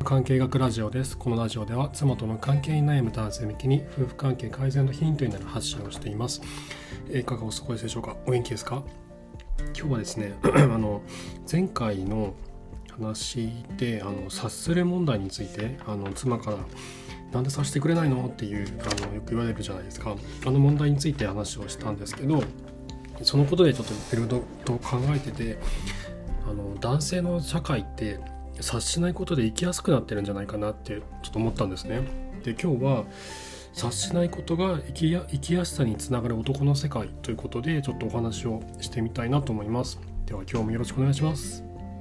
関係学ラジオです。このラジオでは妻との関係に悩む男性向けに夫婦関係改善のヒントになる発信をしています。いかがお過ごしでしょうか。お元気ですか。今日はですね前回の話で察する問題について妻からなんで察してくれないのっていうよく言われるじゃないですか。問題について話をしたんですけど、そのことでちょっといろいろと考えてて、男性の社会って察しないことで生きやすくなってるんじゃないかなってちょっと思ったんですね。で、今日は察しないことが生きやすさにつながる男の世界ということでちょっとお話をしてみたいなと思います。では今日もよろしくお願いします。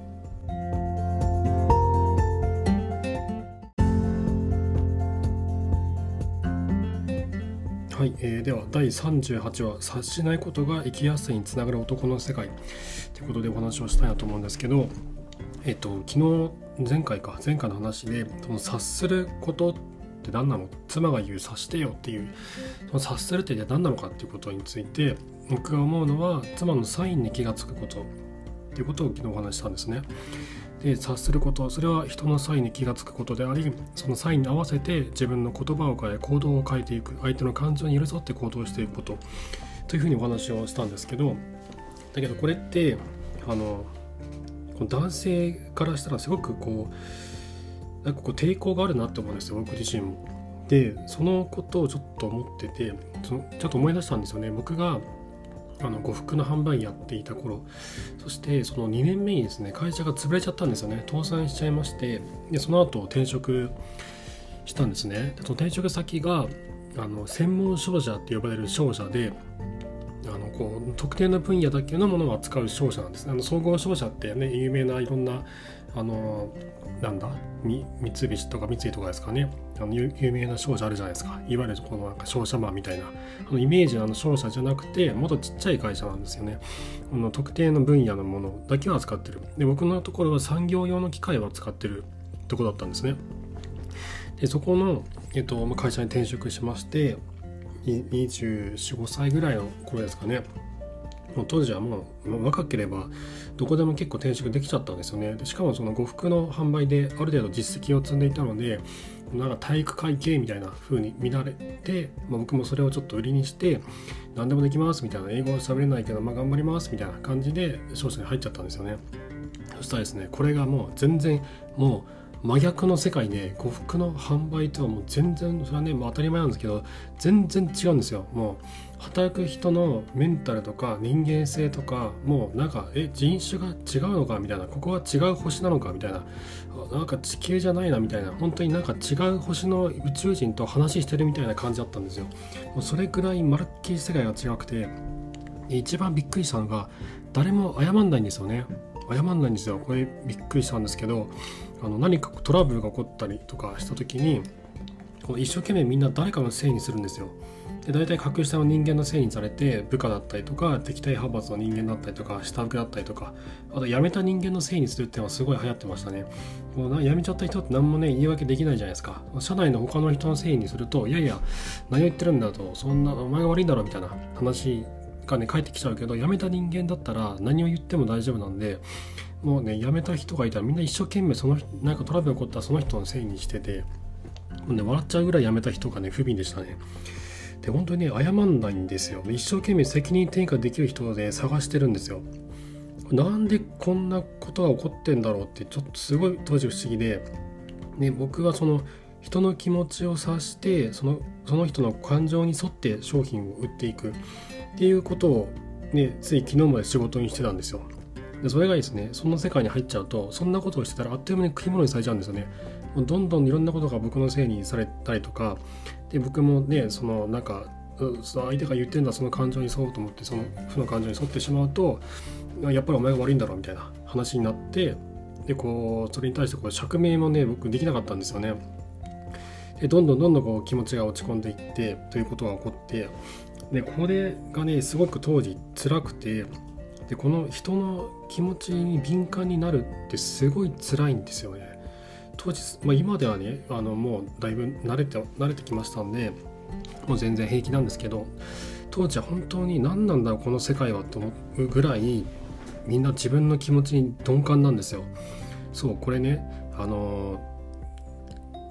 はい、では第38話察しないことが生きやすさにつながる男の世界ということでお話をしたいなと思うんですけど、昨日前回の話でその察することって何なの、妻が言う察してよっていうその察するって何なのかっていうことについて、僕が思うのは妻のサインに気がつくことっていうことを昨日お話ししたんですね。で、察すること、それは人のサインに気がつくことであり、そのサインに合わせて自分の言葉を変え行動を変えていく、相手の感情に寄り添って行動していくことというふうにお話をしたんですけど、だけどこれって男性からしたらすごくなんか抵抗があるなって思うんですよ、僕自身も。で、そのことをちょっと思ってて、ちょっと思い出したんですよね。僕が呉服の販売やっていた頃、そしてその2年目にですね、会社が潰れちゃったんですよね。倒産しちゃいまして、でその後転職したんですね。でその転職先が専門商社って呼ばれる商社で、特定の分野だけのものを扱う商社なんですね。総合商社ってね、有名ないろんな三菱とか三井とかですかね、有名な商社あるじゃないですか。いわゆるなんか商社マンみたいなイメージの商社じゃなくて、もっとちっちゃい会社なんですよね。特定の分野のものだけを扱ってる。で、僕のところは産業用の機械を扱ってるところだったんですね。で、そこの、会社に転職しまして、24、5歳ぐらいの頃ですかね。もう当時はもう若ければどこでも結構転職できちゃったんですよね。でしかもその呉服の販売である程度実績を積んでいたので、なんか体育会系みたいな風に見られて、僕もそれをちょっと売りにして何でもできますみたいな、英語は喋れないけど頑張りますみたいな感じで商社に入っちゃったんですよね。そしたらですね、これがもう全然もう真逆の世界で、呉服の販売とはもう全然、それはね、当たり前なんですけど全然違うんですよ。もう働く人のメンタルとか人間性とか、もうなんか人種が違うのかみたいな、ここは違う星なのかみたいな、なんか地球じゃないなみたいな、本当になんか違う星の宇宙人と話してるみたいな感じだったんですよ。もうそれぐらいまるっきり世界が違くて、一番びっくりしたのが誰も謝んないんですよね。謝んないんですよ。これびっくりしたんですけど、何かトラブルが起こったりとかした時に、一生懸命みんな誰かのせいにするんですよ。で、大体格下の人間のせいにされて、部下だったりとか敵対派閥の人間だったりとか下請けだったりとか、あと辞めた人間のせいにするっていうのはすごい流行ってましたね。辞めちゃった人って何もね言い訳できないじゃないですか。社内の他の人のせいにすると、いやいや何を言ってるんだと、そんなお前が悪いんだろみたいな話がね返ってきちゃうけど、辞めた人間だったら何を言っても大丈夫なんで、もうね、辞めた人がいたらみんな一生懸命なんかトラブル起こったらその人のせいにしてて、もうね、笑っちゃうぐらい辞めた人がね不憫でしたね。で、本当にね謝んないんですよ。一生懸命責任転嫁できる人で探してるんですよ。なんでこんなことが起こってんだろうってちょっとすごい当時不思議で、ね、僕はその人の気持ちを察してその人の感情に沿って商品を売っていくっていうことをね、つい昨日まで仕事にしてたんですよ。で、それがですね、その世界に入っちゃうと、そんなことをしてたらあっという間に食い物にされちゃうんですよね。もうどんどんいろんなことが僕のせいにされたりとかで、僕もね、なんか相手が言ってるのはその感情に沿おうと思って、その負の感情に沿ってしまうと、やっぱりお前が悪いんだろうみたいな話になって、でそれに対して釈明もね僕できなかったんですよね。で、どんどん気持ちが落ち込んでいってということが起こって、でこれがねすごく当時辛くて、でこの人の気持ちに敏感になるってすごい辛いんですよね。当時、今ではねもうだいぶ慣れてきましたんで、もう全然平気なんですけど、当時は本当に何なんだろうこの世界はと思うぐらいみんな自分の気持ちに鈍感なんですよ。そう、これね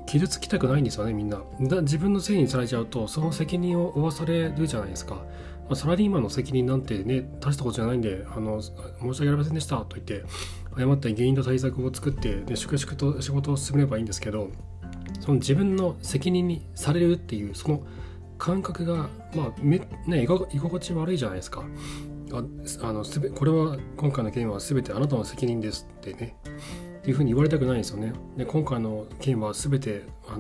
傷つきたくないんですよね、みんな。自分のせいにされちゃうとその責任を負わされるじゃないですか。サラリーマンの責任なんてね、大したことじゃないんで申し訳ありませんでしたと言って謝った原因と対策を作って、粛々と仕事を進めればいいんですけど、その自分の責任にされるっていうその感覚が、居心地悪いじゃないですか。これは今回の件は全てあなたの責任ですってね、っていうふうに言われたくないんですよね。で、今回の件は全て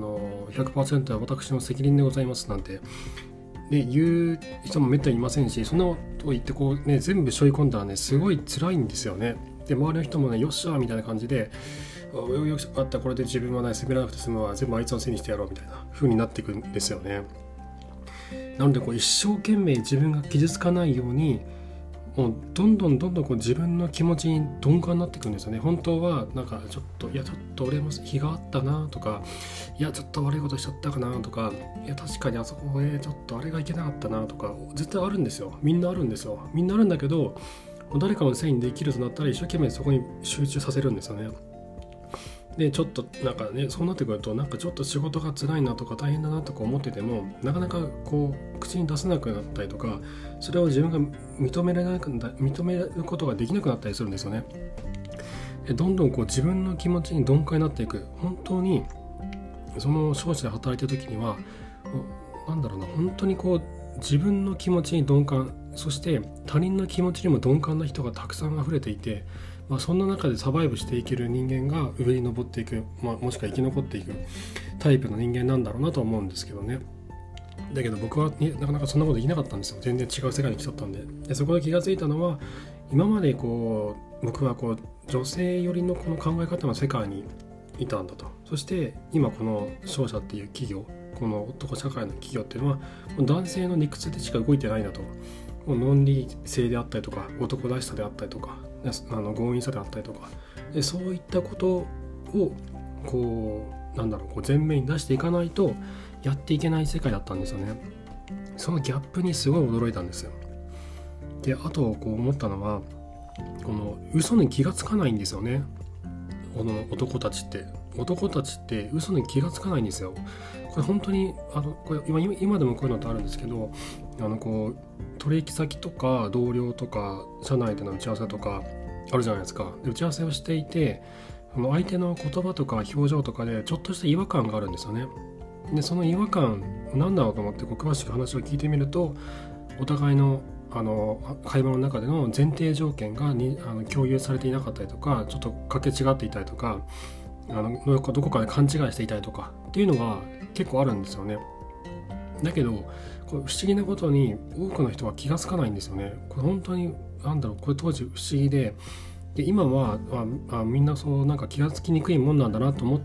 100% は私の責任でございますなんてで言う人もめったにいませんし、そんなことを言って全部背負い込んだらね、すごい辛いんですよね。で、周りの人もね、よっしゃーみたいな感じで、よしあった、これで自分はね、責めなくて済むわ、全部あいつのせいにしてやろうみたいな風になっていくんですよね。なので一生懸命自分が傷つかないように、もうどんどん自分の気持ちに鈍感になっていくんですよね。本当はちょっと俺も非があったなとか、ちょっと悪いことしちゃったかなとか、確かにあそこでちょっとあれがいけなかったなとか、絶対あるんですよ。みんなあるんですよ。みんなあるんだけど、誰かのせいにできるとなったら一生懸命そこに集中させるんですよね。で、ちょっとそうなってくると、ちょっと仕事が辛いなとか大変だなとか思ってても、なかなか口に出せなくなったりとか、それを自分が認めることができなくなったりするんですよね。で、どんどん自分の気持ちに鈍感になっていく。本当にその商社で働いてる時には、本当に自分の気持ちに鈍感、そして他人の気持ちにも鈍感な人がたくさん溢れていて、そんな中でサバイブしていける人間が上に登っていく、もしくは生き残っていくタイプの人間なんだろうなと思うんですけどね。だけど僕はなかなかそんなことできなかったんですよ。全然違う世界に来ちゃったんで。そこで気がついたのは、今まで僕は女性寄りのこの考え方の世界にいたんだと。そして今この商社っていう企業、この男社会の企業っていうのは男性の理屈でしか動いてないなと。論理性であったりとか、男らしさであったりとか、強引さであったりとか、そういったことを前面に出していかないとやっていけない世界だったんですよね。そのギャップにすごい驚いたんですよ。で、あと思ったのは、この嘘に気がつかないんですよね。この男たちって嘘に気がつかないんですよ。これ本当に今でもこういうのってあるんですけど、取引先とか同僚とか社内での打ち合わせとかあるじゃないですか。で、打ち合わせをしていて、相手の言葉とか表情とかでちょっとした違和感があるんですよね。で、その違和感なんだろうと思って詳しく話を聞いてみると、お互いの会話の中での前提条件が共有されていなかったりとか、ちょっとかけ違っていたりとか、どこかで勘違いしていたりとかっていうのが結構あるんですよね。だけど不思議なことに多くの人は気がつかないんですよね。これ本当にこれ当時不思議で、今はみんな気がつきにくいもんなんだなと思って、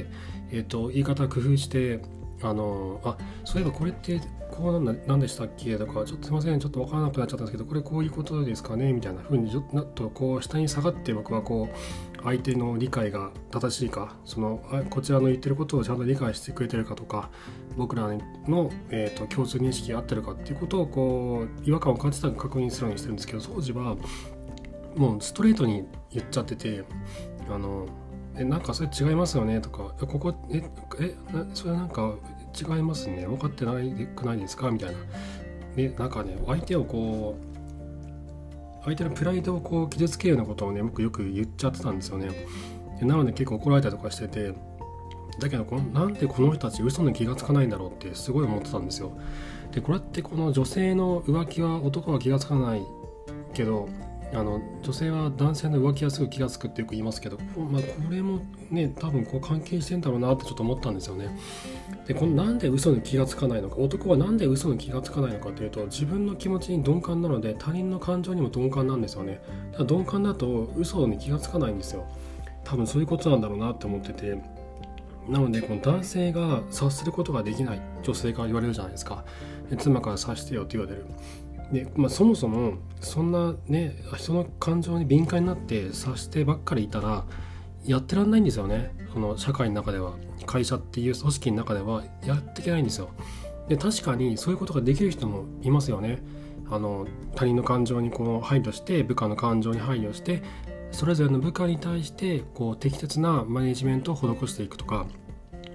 言い方工夫してそういえばこれって何でしたっけとか、ちょっとすいません、ちょっと分からなくなっちゃったんですけど、これこういうことですかねみたいな風にちょっと下に下がって、僕は相手の理解が正しいか、こちらの言ってることをちゃんと理解してくれてるかとか、僕らの、共通認識が合ってるかっていうことを違和感を感じたら確認するようにしてるんですけど、当時はもうストレートに言っちゃってて、それ違いますよねとか、それ違いますね、分かってないですかみたいな。で、相手のプライドを傷つけるようなことをね、僕よく言っちゃってたんですよね。で、なので結構怒られたりとかしてて、だけどなんでこの人たち嘘に気がつかないんだろうってすごい思ってたんですよ。で、これって女性の浮気は男は気がつかないけど、女性は男性の浮気はすぐ気がつくってよく言いますけど、これもね、多分関係してんだろうなってちょっと思ったんですよね。で、なんで嘘に気がつかないのか、男はなんで嘘に気がつかないのかというと、自分の気持ちに鈍感なので、他人の感情にも鈍感なんですよね。だから鈍感だと嘘に気がつかないんですよ。多分そういうことなんだろうなって思ってて、なので男性が察することができない女性から言われるじゃないですか。妻から察してよって言われる。で、そもそもそんなね、人の感情に敏感になって察してばっかりいたらやってらんないんですよね。社会の中では、会社っていう組織の中ではやっていけないんですよ。で、確かにそういうことができる人もいますよね。他人の感情に配慮して、部下の感情に配慮して、それぞれの部下に対して適切なマネジメントを施していくとか、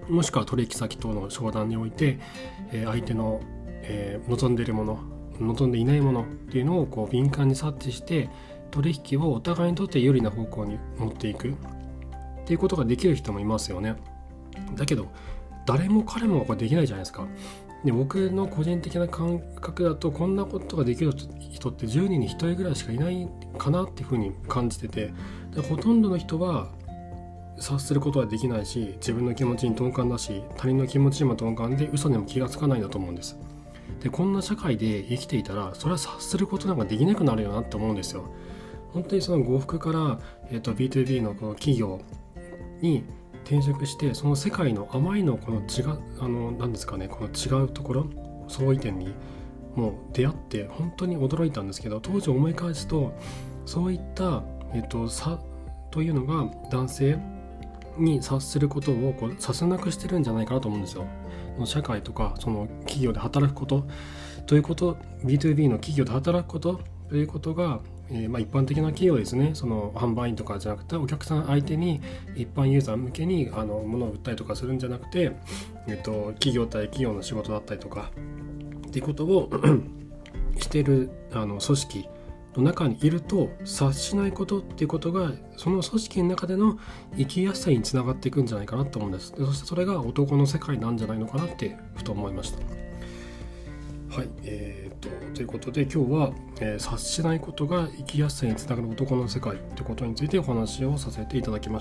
もしくは取引先との商談において、相手の、望んでいるもの、望んでいないものっていうのをこう敏感に察知して取引をお互いにとって有利な方向に持っていくっていうことができる人もいますよね。だけど誰も彼もこれできないじゃないですか。で、僕の個人的な感覚だとこんなことができる人って10人に1人ぐらいしかいないかなっていうふうに感じてて、でほとんどの人は察することはできないし、自分の気持ちに鈍感だし、他人の気持ちにも鈍感で嘘にも気がつかないんだと思うんです。でこんな社会で生きていたらそれは察することなんかできなくなるよなって思うんですよ。本当にその呉服から、B2B のこの企業に転職して、その世界のあまりのこの何ですかね、この違うところ、相違点にもう出会って本当に驚いたんですけど、当時思い返すとそういった、差というのが男性に察することをこうさせなくしてるんじゃないかなと思うんですよ。社会とかその企業で働くことということ、 B2B の企業で働くことということが、一般的な企業ですね、その販売員とかじゃなくてお客さん相手に一般ユーザー向けに物を売ったりとかするんじゃなくて、企業対企業の仕事だったりとかっていうことをしている組織の中にいると、察しないことっていうことがその組織の中での生きやすさにつながっていくんじゃないかなと思うんです。でそしてそれが男の世界なんじゃないのかなってふと思いました。はい、ということで今日は、察しないことが生きやすさにつながる男の世界ということについてお話をさせていただきました。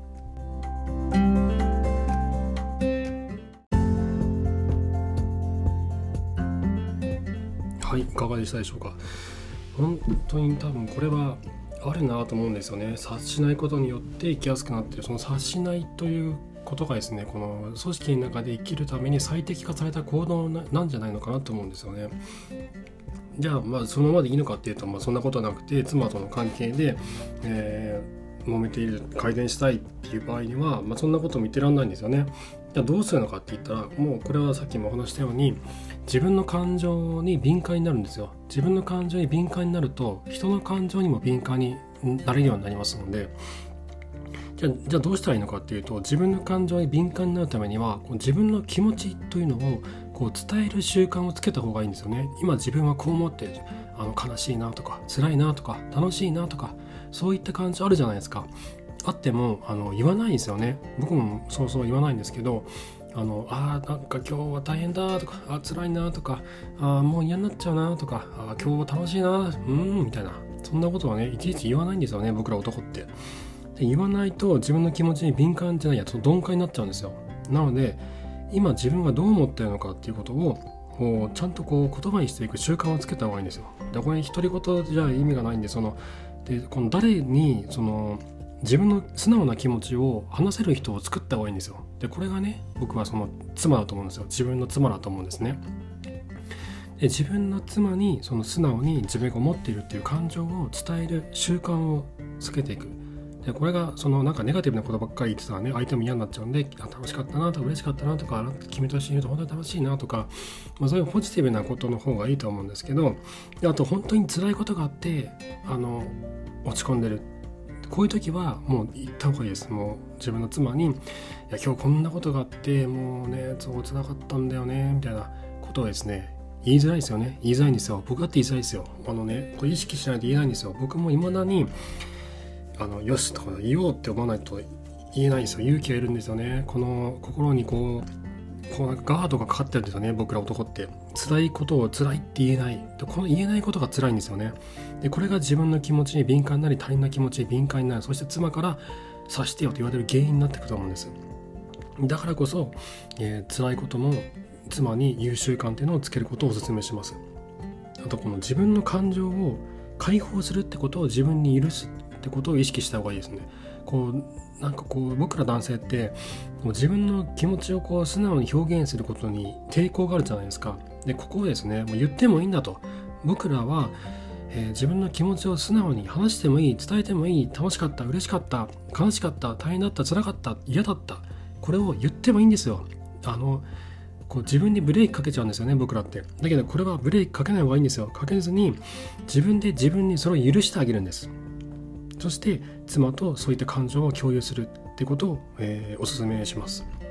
はい、いかがでしたでしょうか。本当に多分これはあるなと思うんですよね。察しないことによって生きやすくなっている、その察しないということがですね、この組織の中で生きるために最適化された行動なんじゃないのかなと思うんですよね。じゃあそのままでいいのかっていうと、そんなことはなくて、妻との関係で、揉めている、改善したいっていう場合には、そんなこと見てらんないんですよね。じゃあどうするのかって言ったら、もうこれはさっきもお話したように自分の感情に敏感になるんですよ。自分の感情に敏感になると人の感情にも敏感になれるようになりますので、じゃあどうしたらいいのかっていうと、自分の感情に敏感になるためには自分の気持ちというのをこう伝える習慣をつけた方がいいんですよね。今自分はこう思って悲しいなとか辛いなとか楽しいなとか、そういった感情あるじゃないですか。あっても言わないんですよね。僕もそう言わないんですけど、なんか今日は大変だとか、辛いなとか、もう嫌になっちゃうなとか、今日は楽しいなみたいな、そんなことはねいちいち言わないんですよね、僕ら男って。で言わないと自分の気持ちに敏感じゃないや、鈍感になっちゃうんですよ。なので今自分がどう思っているのかっていうことをちゃんとこう言葉にしていく習慣をつけた方がいいんですよ。でこれ独り言じゃ意味がないんで、この誰に自分の素直な気持ちを話せる人を作った方がいいんですよ。でこれがね、僕はその妻だと思うんですよ。自分の妻だと思うんですね。で自分の妻にその素直に自分が思っているっていう感情を伝える習慣をつけていく。でこれがなんかネガティブなことばっかり言ってたらね、相手も嫌になっちゃうんで、楽しかったなとか嬉しかったなとか、君と一緒にいると本当に楽しいなとか、そういうポジティブなことの方がいいと思うんですけど、あと本当に辛いことがあって落ち込んでる、こういう時はもう言った方がいいです。もう自分の妻に、いや今日こんなことがあってもうね辛かったんだよねみたいなことをですね言いづらいですよね。言いづらいんですよ。僕だって言いづらいですよ。これ意識しないと言えないんですよ。僕も未だによしとか言おうって思わないと言えないんですよ。勇気がいるんですよね。この心にこうなんかガードがかかってるんですよね、僕ら男って。辛いことを辛いって言えない。でこの言えないことが辛いんですよね。でこれが自分の気持ちに敏感になり、他人の気持ちに敏感になる、そして妻から察してよと言われる原因になってくると思うんです。だからこそ、辛いことも妻に言う習慣っていうのをつけることをお勧めします。あとこの自分の感情を解放するってことを自分に許すってことを意識した方がいいですね。なんか僕ら男性って自分の気持ちを素直に表現することに抵抗があるじゃないですか。でここをですね、もう言ってもいいんだと。僕らは、自分の気持ちを素直に話してもいい、伝えてもいい、楽しかった、嬉しかった、悲しかった、大変だった、辛かった、嫌だった、これを言ってもいいんですよ。自分にブレーキかけちゃうんですよね、僕らって。だけどこれはブレーキかけない方がいいんですよ。かけずに自分で自分にそれを許してあげるんです。そして妻とそういった感情を共有するってことを、お勧めします。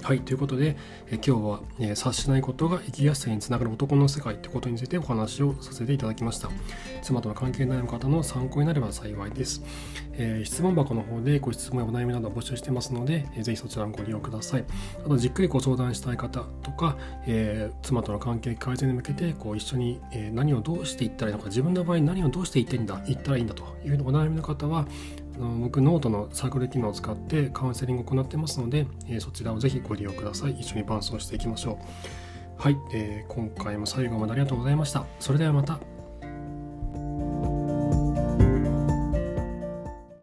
はい、ということで、今日は、察しないことが生きやすさにつながる男の世界ということについてお話をさせていただきました。妻との関係悩む方の参考になれば幸いです。質問箱の方でご質問やお悩みなどを募集していますので、ぜひそちらもご利用ください。あと、じっくりご相談したい方とか、妻との関係改善に向けて一緒に、何をどうしていったらいいのか、自分の場合何をどうしていったらいいんだというお悩みの方は、僕ノートのサークル機能を使ってカウンセリングを行ってますので、そちらをぜひご利用ください。一緒に伴走していきましょう。はい、今回も最後までありがとうございました。それではまた。